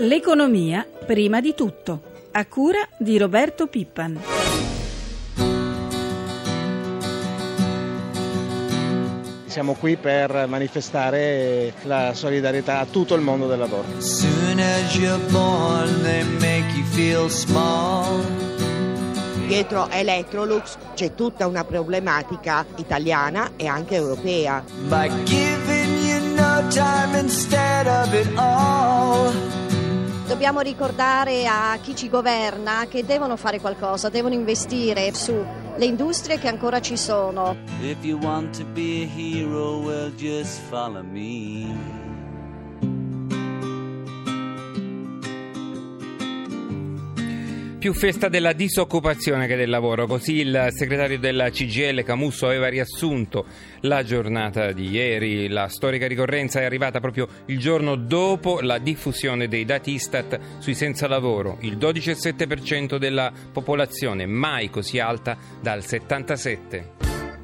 L'economia prima di tutto, a cura di Roberto Pippan. Siamo qui per manifestare la solidarietà a tutto il mondo del lavoro. Dietro Electrolux c'è tutta una problematica italiana e anche europea. Dobbiamo ricordare a chi ci governa che devono fare qualcosa, devono investire sulle industrie che ancora ci sono. If you want to be a hero, well, just follow me. Più festa della disoccupazione che del lavoro, così il segretario della CGIL Camusso aveva riassunto la giornata di ieri. La storica ricorrenza è arrivata proprio il giorno dopo la diffusione dei dati Istat sui senza lavoro, il 12,7% della popolazione, mai così alta dal 77.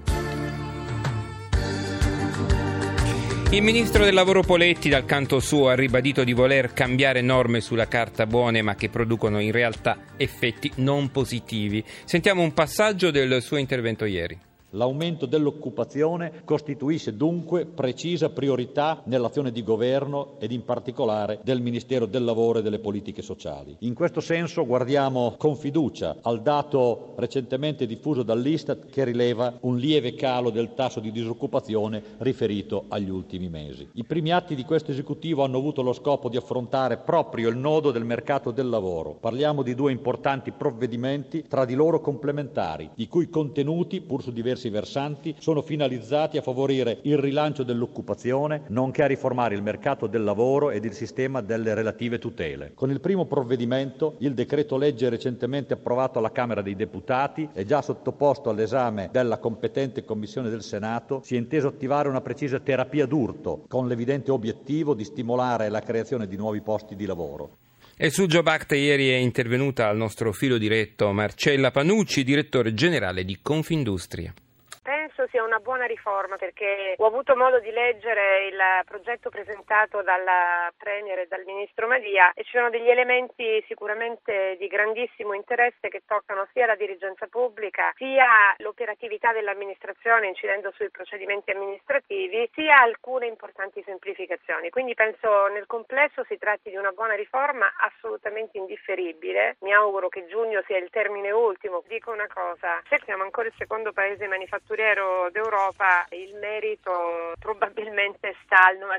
Il ministro del lavoro Poletti dal canto suo ha ribadito di voler cambiare norme sulla carta buone ma che producono in realtà effetti non positivi. Sentiamo un passaggio del suo intervento ieri. L'aumento dell'occupazione costituisce dunque precisa priorità nell'azione di governo ed in particolare del Ministero del Lavoro e delle Politiche Sociali. In questo senso guardiamo con fiducia al dato recentemente diffuso dall'Istat che rileva un lieve calo del tasso di disoccupazione riferito agli ultimi mesi. I primi atti di questo esecutivo hanno avuto lo scopo di affrontare proprio il nodo del mercato del lavoro. Parliamo di due importanti provvedimenti tra di loro complementari, i cui contenuti, pur su diversi versanti, sono finalizzati a favorire il rilancio dell'occupazione, nonché a riformare il mercato del lavoro ed il sistema delle relative tutele. Con il primo provvedimento, il decreto legge recentemente approvato alla Camera dei Deputati e già sottoposto all'esame della competente Commissione del Senato, si è inteso attivare una precisa terapia d'urto, con l'evidente obiettivo di stimolare la creazione di nuovi posti di lavoro. E su Job Act ieri è intervenuta al nostro filo diretto Marcella Panucci, direttore generale di Confindustria. Penso sia una buona riforma perché ho avuto modo di leggere il progetto presentato dalla Premier e dal Ministro Madia e ci sono degli elementi sicuramente di grandissimo interesse che toccano sia la dirigenza pubblica, sia l'operatività dell'amministrazione incidendo sui procedimenti amministrativi, sia alcune importanti semplificazioni. Quindi penso nel complesso si tratti di una buona riforma assolutamente indifferibile. Mi auguro che giugno sia il termine ultimo. Dico una cosa, se siamo ancora il secondo paese manifatturiero d'Europa, il merito probabilmente sta al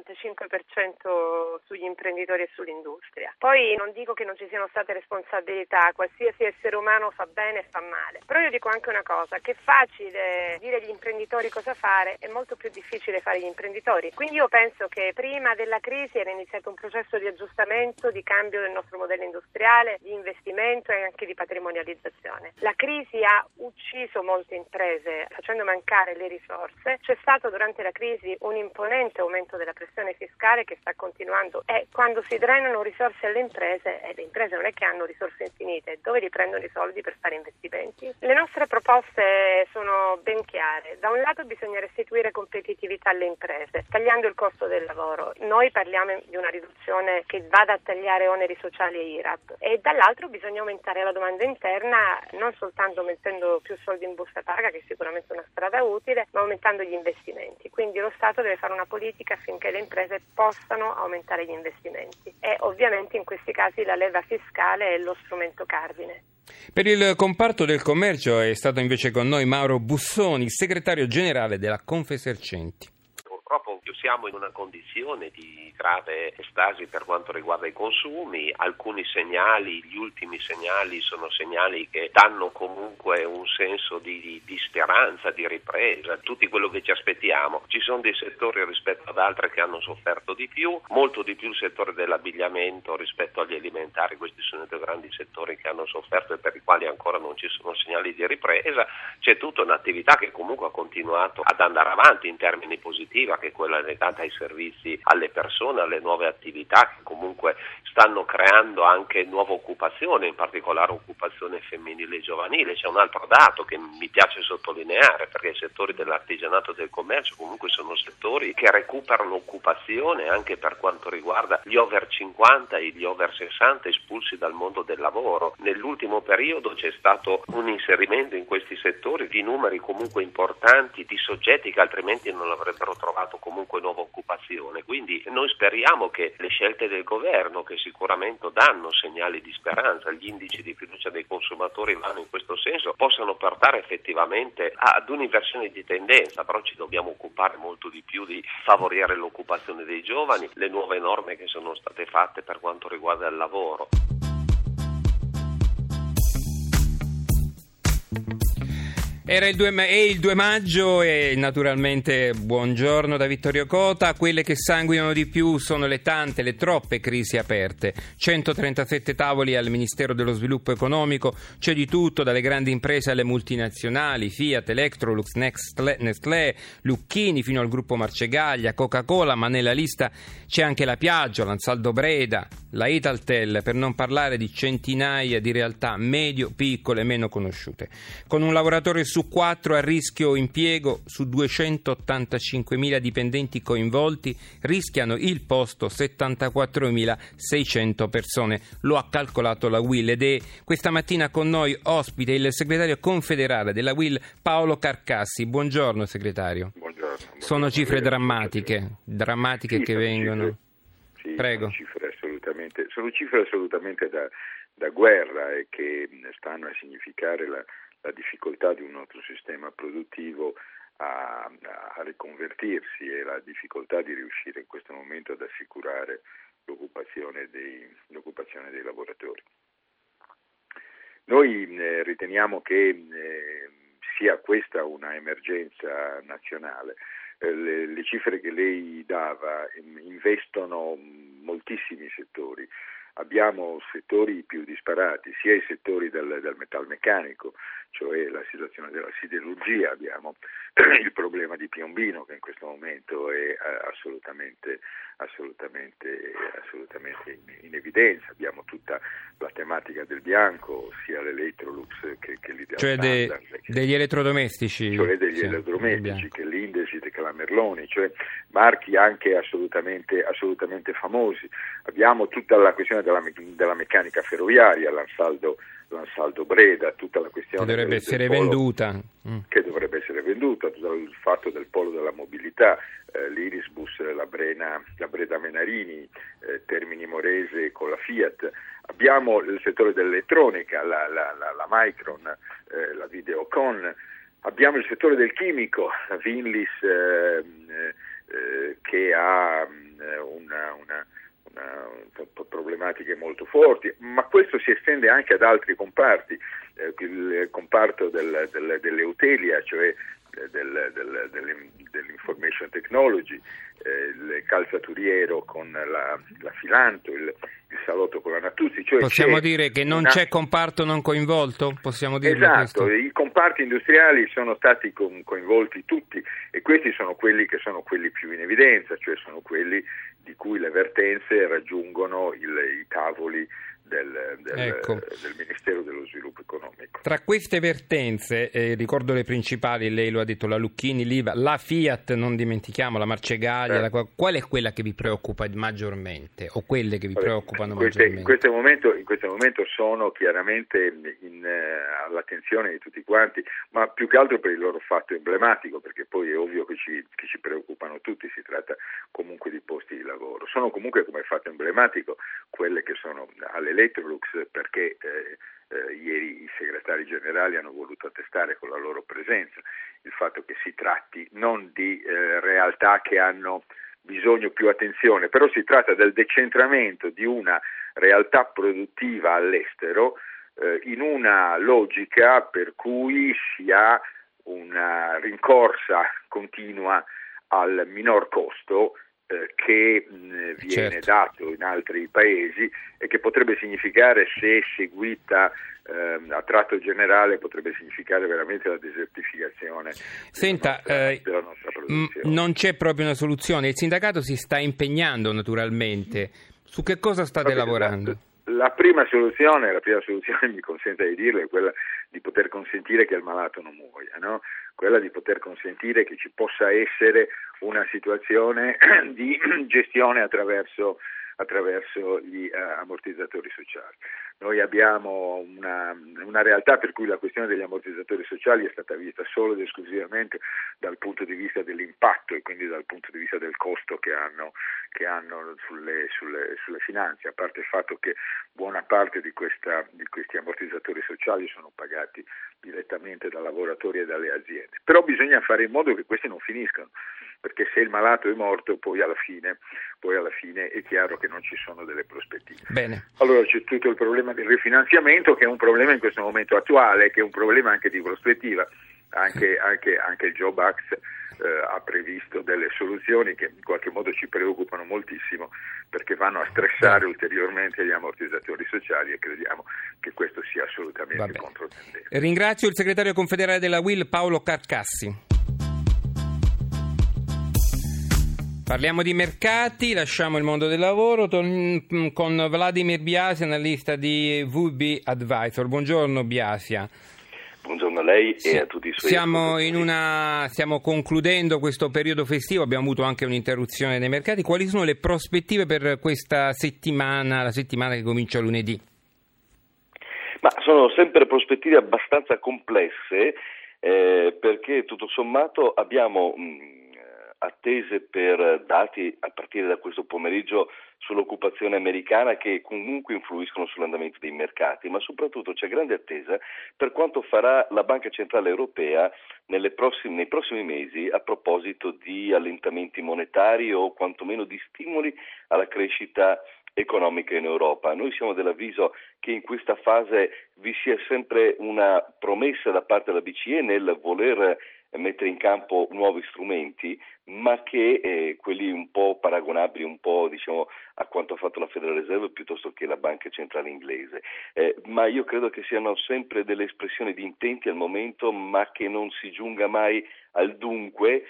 95% sugli imprenditori e sull'industria. Poi non dico che non ci siano state responsabilità, qualsiasi essere umano fa bene e fa male, però io dico anche una cosa, che è facile dire agli imprenditori cosa fare, è molto più difficile fare gli imprenditori. Quindi io penso che prima della crisi era iniziato un processo di aggiustamento, di cambio del nostro modello industriale, di investimento e anche di patrimonializzazione. La crisi ha ucciso molte imprese facendo mancare le risorse. C'è stato durante la crisi un imponente aumento della pressione fiscale che sta continuando e quando si drenano risorse alle imprese, le imprese non è che hanno risorse infinite, dove li prendono i soldi per fare investimenti? Le nostre proposte sono ben chiare. Da un lato bisogna restituire competitività alle imprese, tagliando il costo del lavoro. Noi parliamo di una riduzione che vada a tagliare oneri sociali e IRAP e dall'altro bisogna aumentare la domanda interna, non soltanto mettendo più soldi in busta paga, che è sicuramente una strada utile, ma aumentando gli investimenti. Quindi lo Stato deve fare una politica affinché le imprese possano aumentare gli investimenti e ovviamente in questi casi la leva fiscale è lo strumento cardine. Per il comparto del commercio è stato invece con noi Mauro Bussoni, segretario generale della Confesercenti. Purtroppo siamo in una condizione di grave stasi per quanto riguarda i consumi, alcuni segnali, gli ultimi segnali sono segnali che danno comunque un senso di speranza, di ripresa, tutti quello che ci aspettiamo. Ci sono dei settori rispetto ad altri che hanno sofferto di più, molto di più il settore dell'abbigliamento rispetto agli alimentari, questi sono i due grandi settori che hanno sofferto e per i quali ancora non ci sono segnali di ripresa. C'è tutta un'attività che comunque ha continuato ad andare avanti in termini positivi, che è quella legata ai servizi alle persone, alle nuove attività che comunque stanno creando anche nuova occupazione, in particolare occupazione femminile e giovanile. C'è un altro dato che mi piace sottolineare, perché i settori dell'artigianato e del commercio comunque sono settori che recuperano occupazione anche per quanto riguarda gli over 50 e gli over 60 espulsi dal mondo del lavoro. Nell'ultimo periodo c'è stato un inserimento in questi settori di numeri comunque importanti di soggetti che altrimenti non avrebbero trovato comunque nuova occupazione. Quindi noi speriamo che le scelte del governo, che sicuramente danno segnali di speranza, gli indici di fiducia dei consumatori vanno in questo senso, possano portare effettivamente ad un'inversione di tendenza, però ci dobbiamo occupare molto di più di favorire l'occupazione dei giovani, le nuove norme che sono state fatte per quanto riguarda il lavoro. Era il 2 maggio e naturalmente buongiorno da Vittorio Cota. Quelle che sanguinano di più sono le troppe crisi aperte. 137 tavoli al Ministero dello Sviluppo Economico, c'è di tutto, dalle grandi imprese alle multinazionali, Fiat, Electrolux, Nestlé, Lucchini fino al gruppo Marcegaglia, Coca-Cola, ma nella lista c'è anche la Piaggio, l'Ansaldo Breda, la Italtel, per non parlare di centinaia di realtà medio, piccole e meno conosciute. Con un lavoratore su 4 a rischio impiego, su 285.000 dipendenti coinvolti, rischiano il posto 74.600 persone. Lo ha calcolato la UIL ed è questa mattina con noi ospite il segretario confederale della UIL, Paolo Carcassi. Buongiorno segretario. Buongiorno. Sono cifre drammatiche sì, che vengono. Sì, prego. Sono cifre assolutamente da guerra e che stanno a significare la difficoltà di un nostro sistema produttivo a riconvertirsi e la difficoltà di riuscire in questo momento ad assicurare l'occupazione dei lavoratori. Noi riteniamo che sia questa una emergenza nazionale. Le cifre che lei dava investono moltissimi settori. Abbiamo settori più disparati, sia i settori del metalmeccanico, cioè la situazione della siderurgia, abbiamo il problema di Piombino che in questo momento è assolutamente in evidenza, abbiamo tutta la tematica del bianco, sia l'Electrolux che l'Ideal Standard, degli elettrodomestici, che l'Indesit, che la Merloni, cioè marchi anche assolutamente famosi. Abbiamo tutta la questione della meccanica ferroviaria, l'Ansaldo Breda, tutta la questione che dovrebbe essere venduta, tutto il fatto del polo della mobilità, l'Irisbus, la Breda Menarini, Termini Morese con la Fiat. Abbiamo il settore dell'elettronica, la Micron, la Videocon. Abbiamo il settore del chimico, la Vinlis, che ha problematiche molto forti, ma questo si estende anche ad altri comparti, il comparto dell'Eutelia, cioè dell'information technology, il calzaturiero con la Filanto, il salotto con la Natuzzi. Cioè possiamo dire che non c'è comparto non coinvolto? Possiamo dire esatto, questo? I comparti industriali sono stati coinvolti tutti e questi sono quelli che sono quelli più in evidenza, cioè sono quelli di cui le vertenze raggiungono i tavoli del Ministero dello Sviluppo Economico. Tra queste vertenze, ricordo le principali, lei lo ha detto, la Lucchini, l'IVA, la Fiat, non dimentichiamo, la Marcegaglia, qual è quella che vi preoccupa maggiormente o quelle che vi preoccupano maggiormente? In questo momento sono chiaramente all'attenzione di tutti quanti, ma più che altro per il loro fatto emblematico, perché poi è ovvio che ci preoccupano tutti, si tratta comunque di posti di lavoro. Sono comunque come fatto emblematico quelle che sono all'Electrolux, perché ieri i segretari generali hanno voluto attestare con la loro presenza il fatto che si tratti non di realtà che hanno bisogno più attenzione, però si tratta del decentramento di una realtà produttiva all'estero in una logica per cui si ha una rincorsa continua al minor costo che viene dato in altri paesi e che potrebbe significare, se seguita a tratto generale, potrebbe significare veramente la desertificazione della nostra produzione. Non c'è proprio una soluzione. Il sindacato si sta impegnando naturalmente Su che cosa state lavorando? La prima soluzione, mi consenta di dirlo, è quella di poter consentire che il malato non muoia, no? Quella di poter consentire che ci possa essere una situazione di gestione attraverso gli ammortizzatori sociali. Noi abbiamo una realtà per cui la questione degli ammortizzatori sociali è stata vista solo ed esclusivamente dal punto di vista dell'impatto e quindi dal punto di vista del costo che hanno sulle finanze, a parte il fatto che buona parte di questi ammortizzatori sociali sono pagati direttamente da lavoratori e dalle aziende. Però bisogna fare in modo che questi non finiscano, perché se il malato è morto poi alla fine è chiaro che non ci sono delle prospettive. Bene. Allora c'è tutto il problema del rifinanziamento, che è un problema in questo momento attuale, che è un problema anche di prospettiva. Anche il Job Act ha previsto delle soluzioni che in qualche modo ci preoccupano moltissimo, perché vanno a stressare ulteriormente gli ammortizzatori sociali e crediamo che questo sia assolutamente controtendenza. Ringrazio il segretario confederale della UIL Paolo Carcassi. Parliamo di mercati, lasciamo il mondo del lavoro con Vladimir Biasia, analista di VB Advisor. Buongiorno Biasia. Buongiorno a lei e a tutti i suoi Stiamo concludendo questo periodo festivo, abbiamo avuto anche un'interruzione dei mercati. Quali sono le prospettive per questa settimana, la settimana che comincia lunedì? Ma sono sempre prospettive abbastanza complesse perché tutto sommato abbiamo attese per dati a partire da questo pomeriggio sull'occupazione americana che comunque influiscono sull'andamento dei mercati, ma soprattutto c'è grande attesa per quanto farà la Banca Centrale Europea nei prossimi mesi a proposito di allentamenti monetari o quantomeno di stimoli alla crescita economica in Europa. Noi siamo dell'avviso che in questa fase vi sia sempre una promessa da parte della BCE nel voler mettere in campo nuovi strumenti, ma che quelli un po' paragonabili un po' a quanto ha fatto la Federal Reserve piuttosto che la Banca Centrale Inglese, ma io credo che siano sempre delle espressioni di intenti al momento, ma che non si giunga mai al dunque,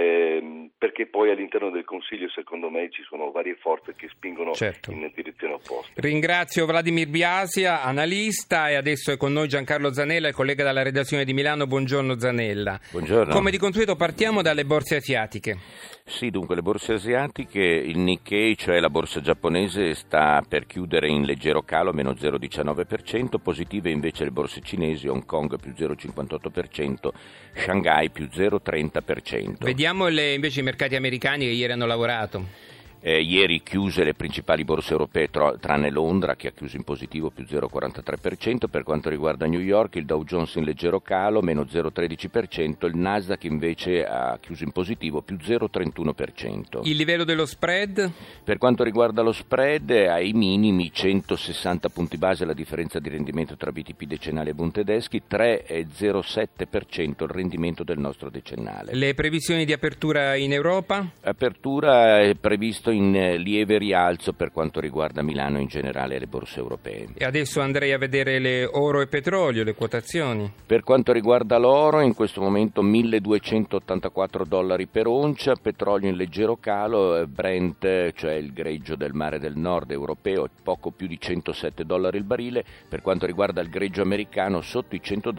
perché poi all'interno del Consiglio secondo me ci sono varie forze che spingono in direzione opposta. Ringrazio Vladimir Biasia, analista, e adesso è con noi Giancarlo Zanella, il collega dalla redazione di Milano. Buongiorno Zanella. Buongiorno. Come di consueto partiamo dalle borse asiatiche. Sì, dunque le borse asiatiche, il Nikkei, cioè la borsa giapponese, sta per chiudere in leggero calo, meno 0,19%, positive invece le borse cinesi, Hong Kong più 0,58%, Shanghai più 0,30%. Vediamo invece i mercati americani che ieri hanno lavorato. Ieri chiuse le principali borse europee tranne Londra che ha chiuso in positivo più 0,43%. Per quanto riguarda New York il Dow Jones in leggero calo meno 0,13%, il Nasdaq invece ha chiuso in positivo più 0,31%. Il livello dello spread? Per quanto riguarda lo spread ai minimi 160 punti base la differenza di rendimento tra BTP decennali e Bund tedeschi, 3,07% il rendimento del nostro decennale. Le previsioni di apertura in Europa? Apertura è previsto in lieve rialzo per quanto riguarda Milano in generale e le borse europee. E adesso andrei a vedere le oro e petrolio, le quotazioni. Per quanto riguarda l'oro, in questo momento $1.284 per oncia, petrolio in leggero calo, Brent, cioè il greggio del mare del nord europeo, poco più di $107 il barile. Per quanto riguarda il greggio americano, sotto i $100,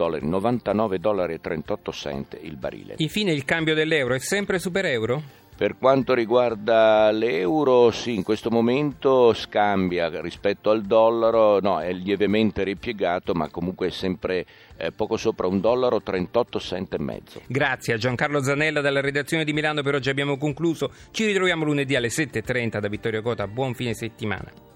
$99,38 il barile. Infine il cambio dell'euro è sempre super euro? Per quanto riguarda l'euro, sì, in questo momento scambia rispetto al dollaro, no, è lievemente ripiegato, ma comunque è sempre poco sopra $1,38,5. Grazie a Giancarlo Zanella dalla redazione di Milano. Per oggi abbiamo concluso. Ci ritroviamo lunedì alle 7:30 da Vittorio Cota. Buon fine settimana.